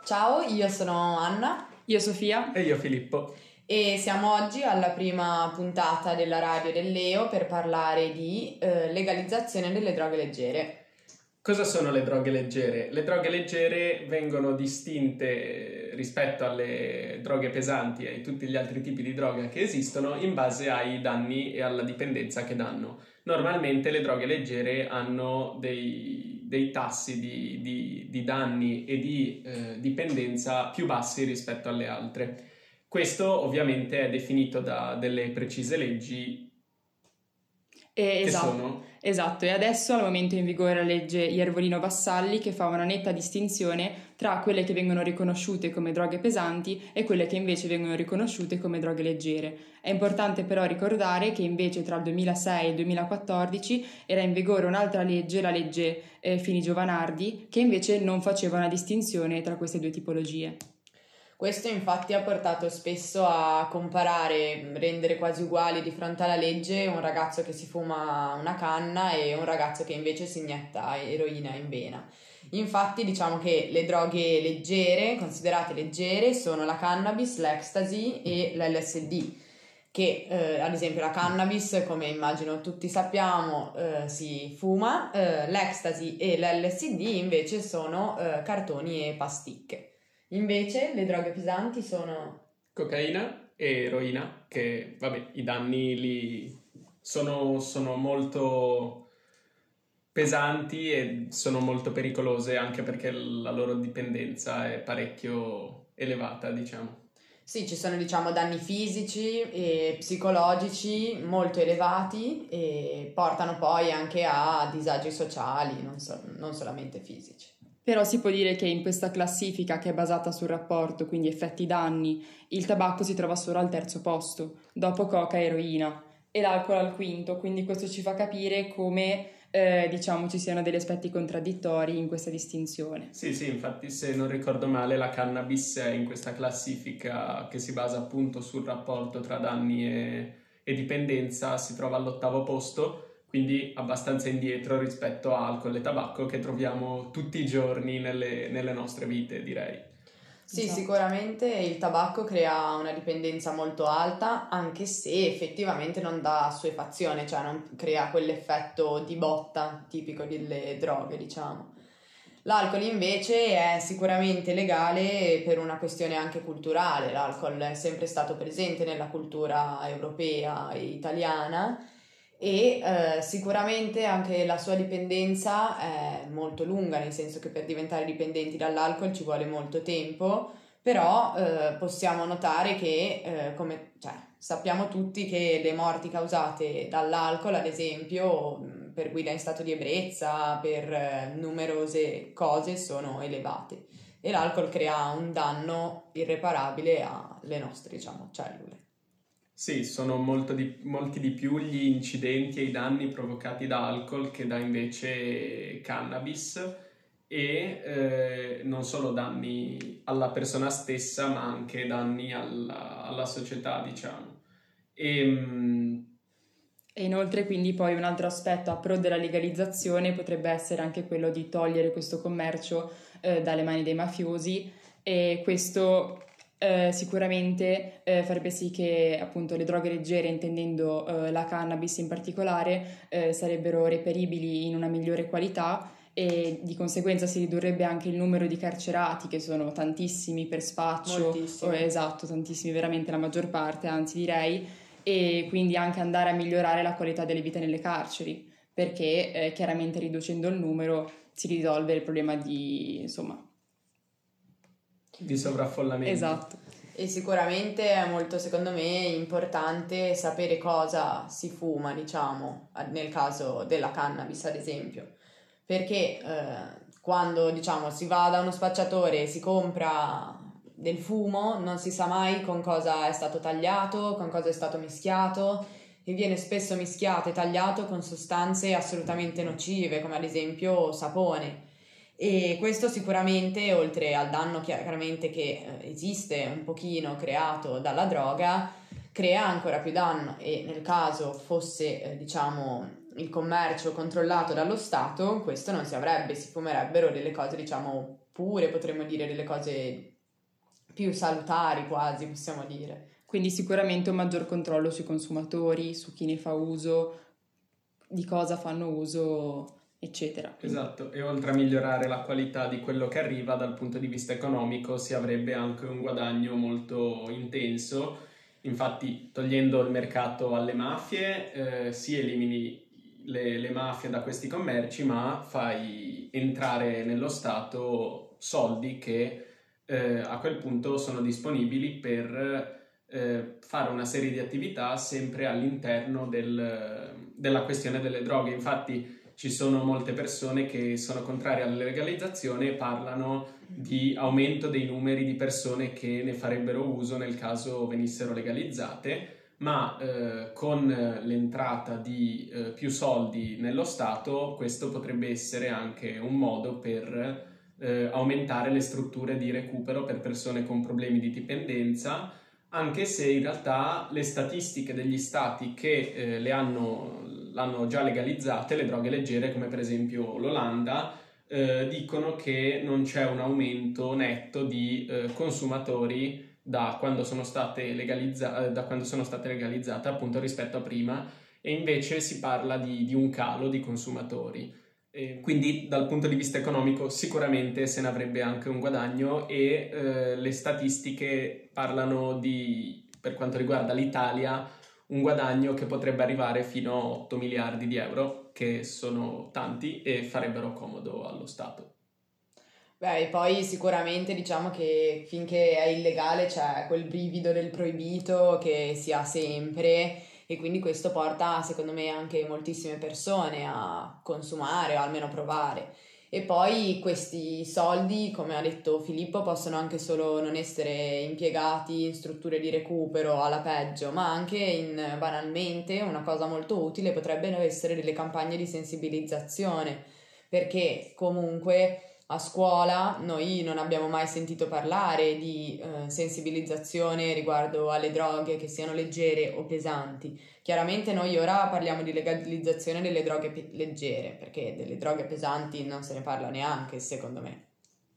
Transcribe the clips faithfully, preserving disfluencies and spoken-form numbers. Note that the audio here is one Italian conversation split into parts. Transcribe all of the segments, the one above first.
Ciao, io sono Anna. Io Sofia. E io Filippo. E siamo oggi alla prima puntata della radio del Leo per parlare di eh, legalizzazione delle droghe leggere. Cosa sono le droghe leggere? Le droghe leggere vengono distinte rispetto alle droghe pesanti e a tutti gli altri tipi di droga che esistono in base ai danni e alla dipendenza che danno. Normalmente le droghe leggere hanno dei, dei tassi di, di, di danni e di eh, dipendenza più bassi rispetto alle altre. Questo ovviamente è definito da delle precise leggi Eh, che esatto, sono... esatto, e adesso al momento è in vigore la legge Iervolino-Vassalli che fa una netta distinzione tra quelle che vengono riconosciute come droghe pesanti e quelle che invece vengono riconosciute come droghe leggere. È importante però ricordare che invece tra il duemilasei e il duemilaquattordici era in vigore un'altra legge, la legge eh, Fini-Giovanardi, che invece non faceva una distinzione tra queste due tipologie. Questo infatti ha portato spesso a comparare, rendere quasi uguali di fronte alla legge un ragazzo che si fuma una canna e un ragazzo che invece si inietta eroina in vena. Infatti diciamo che le droghe leggere, considerate leggere, sono la cannabis, l'ecstasy e l'L S D, che eh, ad esempio la cannabis, come immagino tutti sappiamo, eh, si fuma, eh, l'ecstasy e l'L S D invece sono eh, cartoni e pasticche. Invece le droghe pesanti sono cocaina e eroina, che vabbè, i danni lì sono, sono molto pesanti e sono molto pericolose anche perché la loro dipendenza è parecchio elevata, diciamo. Sì, ci sono diciamo danni fisici e psicologici molto elevati e portano poi anche a disagi sociali, non, so, non solamente fisici. Però si può dire che in questa classifica che è basata sul rapporto, quindi effetti-danni, il tabacco si trova solo al terzo posto, dopo coca e eroina, e l'alcol al quinto, quindi questo ci fa capire come eh, diciamo ci siano degli aspetti contraddittori in questa distinzione. Sì, sì, infatti se non ricordo male la cannabis è in questa classifica che si basa appunto sul rapporto tra danni e, e dipendenza, si trova all'ottavo posto, quindi abbastanza indietro rispetto a alcol e tabacco che troviamo tutti i giorni nelle, nelle nostre vite, direi. Sì, Esatto. Sicuramente il tabacco crea una dipendenza molto alta, anche se effettivamente non dà assuefazione, cioè non crea quell'effetto di botta tipico delle droghe, diciamo. L'alcol invece è sicuramente legale per una questione anche culturale, l'alcol è sempre stato presente nella cultura europea e italiana, e eh, sicuramente anche la sua dipendenza è molto lunga, nel senso che per diventare dipendenti dall'alcol ci vuole molto tempo, però eh, possiamo notare che eh, come cioè, sappiamo tutti che le morti causate dall'alcol, ad esempio per guida in stato di ebbrezza, per eh, numerose cose, sono elevate e l'alcol crea un danno irreparabile alle nostre, diciamo, cellule. Sì, sono molto di, molti di più gli incidenti e i danni provocati da alcol che da invece cannabis e eh, non solo danni alla persona stessa ma anche danni alla, alla società, diciamo. E, E inoltre quindi poi un altro aspetto a pro della legalizzazione potrebbe essere anche quello di togliere questo commercio eh, dalle mani dei mafiosi e questo eh, sicuramente eh, farebbe sì che appunto le droghe leggere, intendendo eh, la cannabis in particolare, eh, sarebbero reperibili in una migliore qualità e di conseguenza si ridurrebbe anche il numero di carcerati che sono tantissimi per spaccio. Moltissimi. Oh, esatto, tantissimi, veramente la maggior parte, anzi direi, e quindi anche andare a migliorare la qualità delle vite nelle carceri, perché eh, chiaramente riducendo il numero si risolve il problema di, insomma, di sovraffollamento. Esatto. E sicuramente è molto, secondo me, importante sapere cosa si fuma, diciamo, nel caso della cannabis, ad esempio, perché eh, quando, diciamo, si va da uno spacciatore e si compra del fumo, non si sa mai con cosa è stato tagliato, con cosa è stato mischiato, e viene spesso mischiato e tagliato con sostanze assolutamente nocive, come ad esempio sapone. E questo sicuramente, oltre al danno chiaramente che esiste un pochino creato dalla droga, crea ancora più danno, e nel caso fosse eh, diciamo il commercio controllato dallo Stato, questo non si avrebbe, si fumerebbero delle cose diciamo pure, potremmo dire delle cose più salutari quasi, possiamo dire. Quindi sicuramente un maggior controllo sui consumatori, su chi ne fa uso, di cosa fanno uso, eccetera. Esatto, e oltre a migliorare la qualità di quello che arriva dal punto di vista economico si avrebbe anche un guadagno molto intenso. Infatti, togliendo il mercato alle mafie, eh, si elimini le, le mafie da questi commerci, ma fai entrare nello Stato soldi che eh, a quel punto sono disponibili per eh, fare una serie di attività sempre all'interno del, della questione delle droghe. Infatti ci sono molte persone che sono contrarie alla legalizzazione e parlano di aumento dei numeri di persone che ne farebbero uso nel caso venissero legalizzate, ma eh, con l'entrata di eh, più soldi nello Stato questo potrebbe essere anche un modo per eh, aumentare le strutture di recupero per persone con problemi di dipendenza, anche se in realtà le statistiche degli stati che eh, le hanno, l'hanno già legalizzate, le droghe leggere, come per esempio l'Olanda, eh, dicono che non c'è un aumento netto di eh, consumatori da quando sono state legalizzate, da quando sono state legalizzate appunto rispetto a prima, e invece si parla di, di un calo di consumatori. E quindi dal punto di vista economico sicuramente se ne avrebbe anche un guadagno, e eh, le statistiche parlano di, per quanto riguarda l'Italia, un guadagno che potrebbe arrivare fino a otto miliardi di euro, che sono tanti e farebbero comodo allo Stato. Beh, e poi sicuramente diciamo che finché è illegale c'è quel brivido del proibito che si ha sempre, e quindi questo porta secondo me anche moltissime persone a consumare o almeno provare. E poi questi soldi, come ha detto Filippo, possono anche solo non essere impiegati in strutture di recupero alla peggio, ma anche in, banalmente, una cosa molto utile potrebbero essere delle campagne di sensibilizzazione, perché comunque a scuola noi non abbiamo mai sentito parlare di eh, sensibilizzazione riguardo alle droghe, che siano leggere o pesanti. Chiaramente noi ora parliamo di legalizzazione delle droghe pe- leggere, perché delle droghe pesanti non se ne parla neanche, secondo me.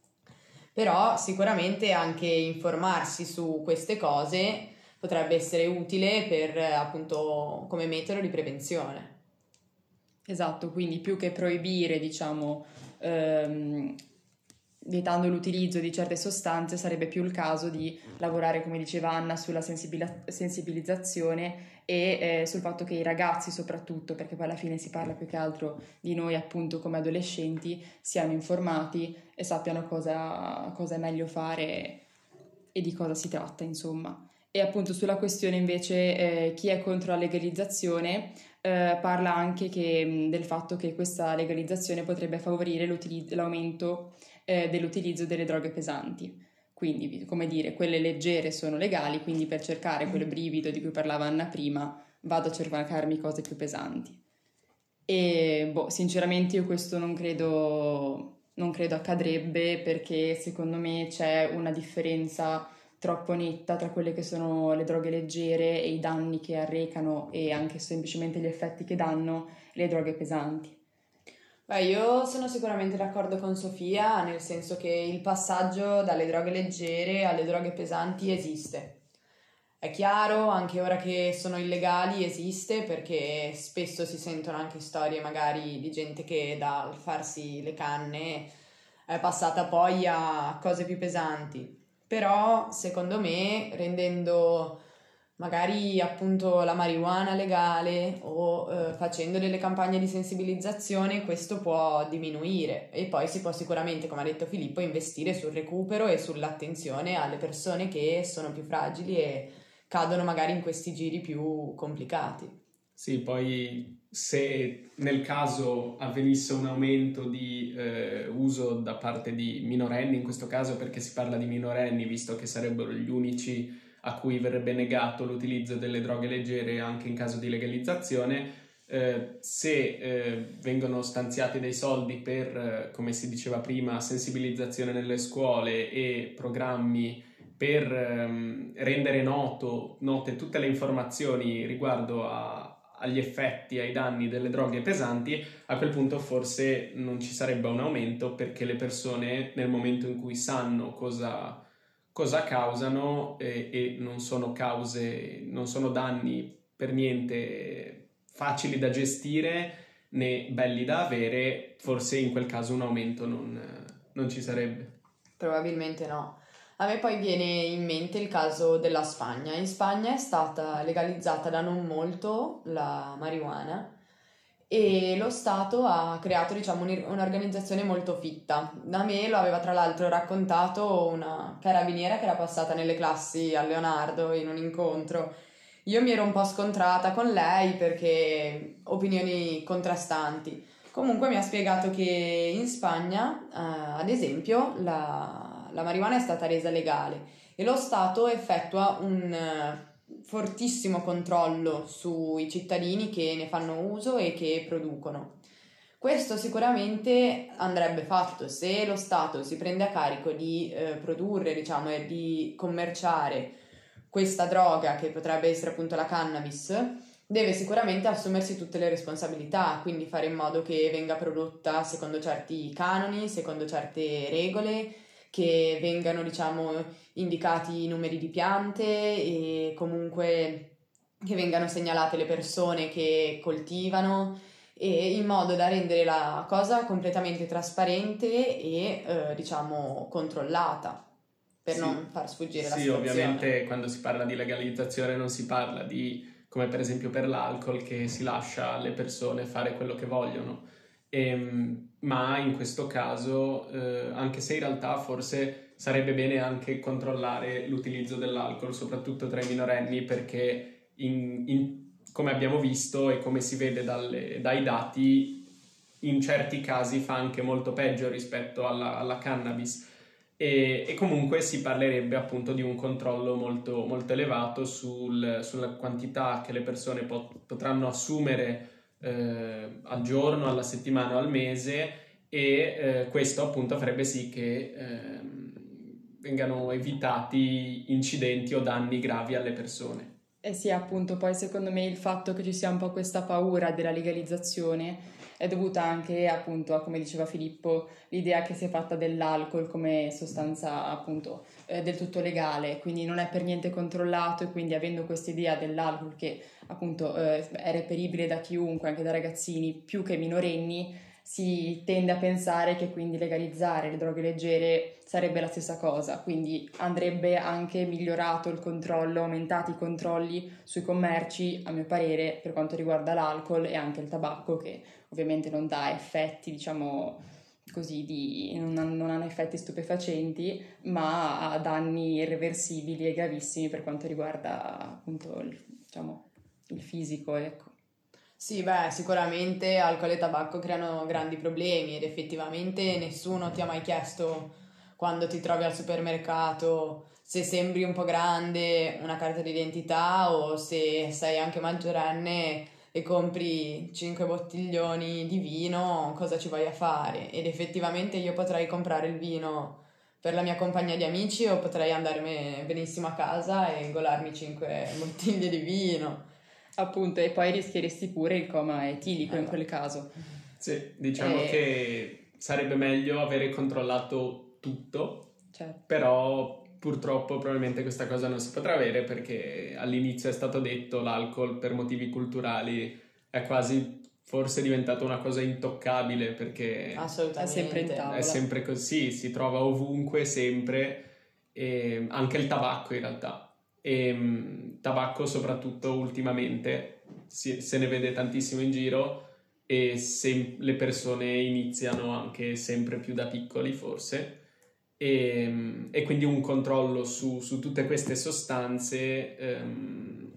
Però sicuramente anche informarsi su queste cose potrebbe essere utile per appunto come metodo di prevenzione. Esatto, quindi più che proibire, diciamo, ehm, vietando l'utilizzo di certe sostanze, sarebbe più il caso di lavorare, come diceva Anna, sulla sensibil- sensibilizzazione e eh, sul fatto che i ragazzi soprattutto, perché poi alla fine si parla più che altro di noi appunto come adolescenti, siano informati e sappiano cosa, cosa è meglio fare e di cosa si tratta, insomma. E appunto sulla questione invece eh, chi è contro la legalizzazione eh, parla anche che, mh, del fatto che questa legalizzazione potrebbe favorire l'aumento eh, dell'utilizzo delle droghe pesanti. Quindi, come dire, quelle leggere sono legali, quindi per cercare quel brivido di cui parlava Anna prima vado a cercarmi cose più pesanti. E boh, sinceramente io questo non credo, non credo accadrebbe, perché secondo me c'è una differenza troppo netta tra quelle che sono le droghe leggere e i danni che arrecano e anche semplicemente gli effetti che danno le droghe pesanti. Beh, io sono sicuramente d'accordo con Sofia, nel senso che il passaggio dalle droghe leggere alle droghe pesanti esiste. È chiaro, anche ora che sono illegali esiste, perché spesso si sentono anche storie magari di gente che dal farsi le canne è passata poi a cose più pesanti. Però, secondo me, rendendo magari appunto la marijuana legale o eh, facendo delle campagne di sensibilizzazione, questo può diminuire, e poi si può sicuramente, come ha detto Filippo, investire sul recupero e sull'attenzione alle persone che sono più fragili e cadono magari in questi giri più complicati. Sì, poi se nel caso avvenisse un aumento di eh, uso da parte di minorenni, in questo caso perché si parla di minorenni, visto che sarebbero gli unici a cui verrebbe negato l'utilizzo delle droghe leggere anche in caso di legalizzazione, eh, se eh, vengono stanziati dei soldi per, eh, come si diceva prima, sensibilizzazione nelle scuole e programmi per ehm, rendere noto, note tutte le informazioni riguardo a agli effetti, ai danni delle droghe pesanti, a quel punto forse non ci sarebbe un aumento, perché le persone nel momento in cui sanno cosa, cosa causano eh, e non sono cause, non sono danni per niente facili da gestire né belli da avere, forse in quel caso un aumento non, non ci sarebbe. Probabilmente no. A me poi viene in mente il caso della Spagna. In Spagna è stata legalizzata da non molto la marijuana e lo Stato ha creato, diciamo, un'organizzazione molto fitta. Da me lo aveva tra l'altro raccontato una carabiniera che era passata nelle classi a Leonardo in un incontro. Io mi ero un po' scontrata con lei perché opinioni contrastanti. Comunque mi ha spiegato che in Spagna, eh, ad esempio, la, la marijuana è stata resa legale e lo Stato effettua un eh, fortissimo controllo sui cittadini che ne fanno uso e che producono. Questo sicuramente andrebbe fatto se lo Stato si prende a carico di eh, produrre, diciamo, e di commerciare questa droga, che potrebbe essere appunto la cannabis. Deve sicuramente assumersi tutte le responsabilità, quindi fare in modo che venga prodotta secondo certi canoni, secondo certe regole, che vengano, diciamo, indicati i numeri di piante e comunque che vengano segnalate le persone che coltivano, e in modo da rendere la cosa completamente trasparente e eh, diciamo controllata, per sì, non far sfuggire sì, la situazione. Sì, ovviamente quando si parla di legalizzazione non si parla di, come per esempio per l'alcol, che si lascia alle persone fare quello che vogliono, e, ma in questo caso, eh, anche se in realtà forse sarebbe bene anche controllare l'utilizzo dell'alcol, soprattutto tra i minorenni, perché in, in, come abbiamo visto e come si vede dalle, dai dati, in certi casi fa anche molto peggio rispetto alla, alla cannabis. E, e comunque si parlerebbe appunto di un controllo molto, molto elevato sul, sulla quantità che le persone pot- potranno assumere eh, al giorno, alla settimana o al mese, e eh, questo appunto farebbe sì che eh, vengano evitati incidenti o danni gravi alle persone. Eh sì, appunto, poi secondo me il fatto che ci sia un po' questa paura della legalizzazione è dovuta anche appunto a, come diceva Filippo, l'idea che si è fatta dell'alcol come sostanza appunto eh, del tutto legale, quindi non è per niente controllato, e quindi avendo questa idea dell'alcol che appunto eh, è reperibile da chiunque, anche da ragazzini più che minorenni, si tende a pensare che quindi legalizzare le droghe leggere sarebbe la stessa cosa, quindi andrebbe anche migliorato il controllo, aumentati i controlli sui commerci, a mio parere, per quanto riguarda l'alcol e anche il tabacco, che ovviamente non dà effetti, diciamo così, di, non, hanno, non hanno effetti stupefacenti, ma ha danni irreversibili e gravissimi per quanto riguarda appunto il, diciamo, il fisico, ecco. Sì, beh, sicuramente alcol e tabacco creano grandi problemi ed effettivamente nessuno ti ha mai chiesto, quando ti trovi al supermercato, se sembri un po' grande, una carta d'identità, o se sei anche maggiorenne e compri cinque bottiglioni di vino, cosa ci vai a fare? Ed effettivamente io potrei comprare il vino per la mia compagnia di amici o potrei andarmene benissimo a casa e golarmi cinque bottiglie di vino. Appunto, e poi rischieresti pure il coma etilico in quel caso. Sì, diciamo E- che sarebbe meglio avere controllato tutto, Certo. però purtroppo probabilmente questa cosa non si potrà avere, perché all'inizio è stato detto l'alcol per motivi culturali è quasi forse diventato una cosa intoccabile, perché Assolutamente. È sempre in tavola. è sempre così, si trova ovunque, sempre, e anche il tabacco in realtà. E mh, tabacco soprattutto ultimamente si- se ne vede tantissimo in giro, e se le persone iniziano anche sempre più da piccoli forse, e, e quindi un controllo su, su tutte queste sostanze ehm,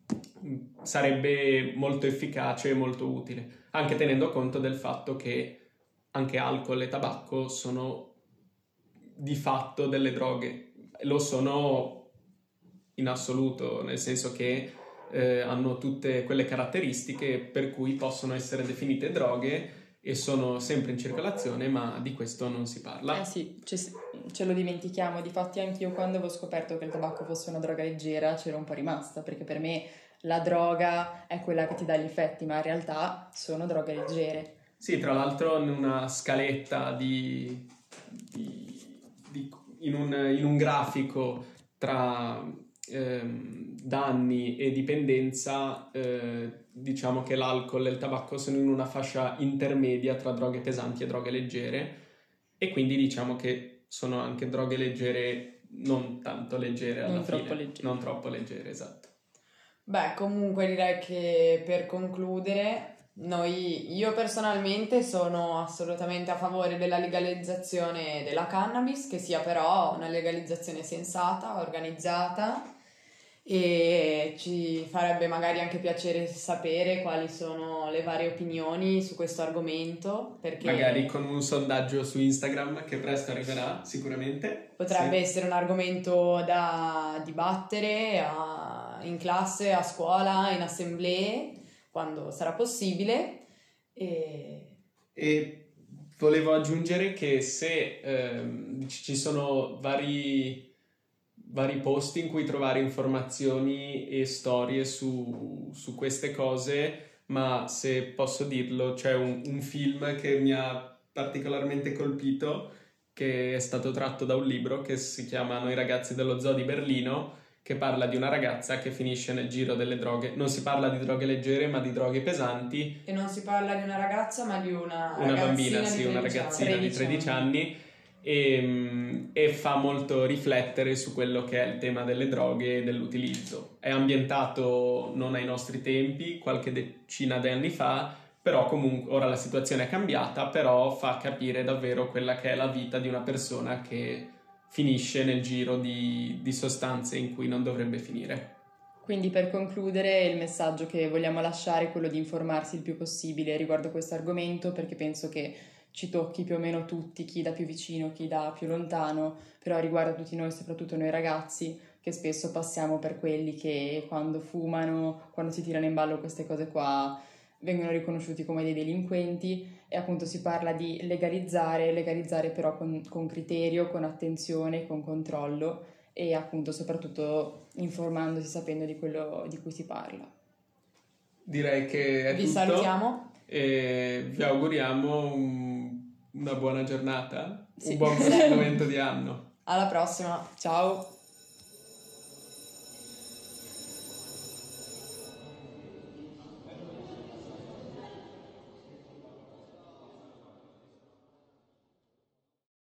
sarebbe molto efficace e molto utile, anche tenendo conto del fatto che anche alcol e tabacco sono di fatto delle droghe, lo sono in assoluto, nel senso che eh, hanno tutte quelle caratteristiche per cui possono essere definite droghe e sono sempre in circolazione, ma di questo non si parla. Eh sì, ce, ce lo dimentichiamo. Difatti anch'io, quando avevo scoperto che il tabacco fosse una droga leggera, c'ero un po' rimasta, perché per me la droga è quella che ti dà gli effetti, ma in realtà sono droghe leggere. Sì, tra l'altro in una scaletta di, di, di in, un, in un grafico tra ehm, danni e dipendenza, eh, diciamo che l'alcol e il tabacco sono in una fascia intermedia tra droghe pesanti e droghe leggere, e quindi diciamo che sono anche droghe leggere, non tanto leggere alla Non fine. troppo leggere. Non troppo leggere, esatto. Beh, comunque direi che per concludere, noi, io personalmente sono assolutamente a favore della legalizzazione della cannabis, che sia però una legalizzazione sensata, organizzata, e ci farebbe magari anche piacere sapere quali sono le varie opinioni su questo argomento, perché Magari con un sondaggio su Instagram che presto arriverà sicuramente. potrebbe Sì. essere un argomento da dibattere a- in classe, a scuola, in assemblee, quando sarà possibile. E E volevo aggiungere che se ehm, ci sono vari, vari posti in cui trovare informazioni e storie su, su queste cose, ma se posso dirlo, c'è un, un film che mi ha particolarmente colpito, che è stato tratto da un libro che si chiama Noi ragazzi dello zoo di Berlino, che parla di una ragazza che finisce nel giro delle droghe. Non si parla di droghe leggere, ma di droghe pesanti. e non si parla di una ragazza, ma di una, Una ragazzina bambina, di sì, una tredici ragazzina anni. di tredici anni, e, mm, e fa molto riflettere su quello che è il tema delle droghe e dell'utilizzo. È ambientato non ai nostri tempi, qualche decina di anni fa, però comunque ora la situazione è cambiata, però fa capire davvero quella che è la vita di una persona che finisce nel giro di, di sostanze in cui non dovrebbe finire. Quindi per concludere il messaggio che vogliamo lasciare è quello di informarsi il più possibile riguardo questo argomento, perché penso che ci tocchi più o meno tutti, chi da più vicino, chi da più lontano, però riguarda tutti noi, soprattutto noi ragazzi, che spesso passiamo per quelli che quando fumano, quando si tirano in ballo queste cose qua, vengono riconosciuti come dei delinquenti, e appunto si parla di legalizzare, legalizzare però con, con criterio, con attenzione, con controllo, e appunto soprattutto informandosi, sapendo di quello di cui si parla. Direi che è Vi tutto. salutiamo. E vi auguriamo un- una buona giornata, Sì. un buon proseguimento di anno. Alla prossima. Ciao!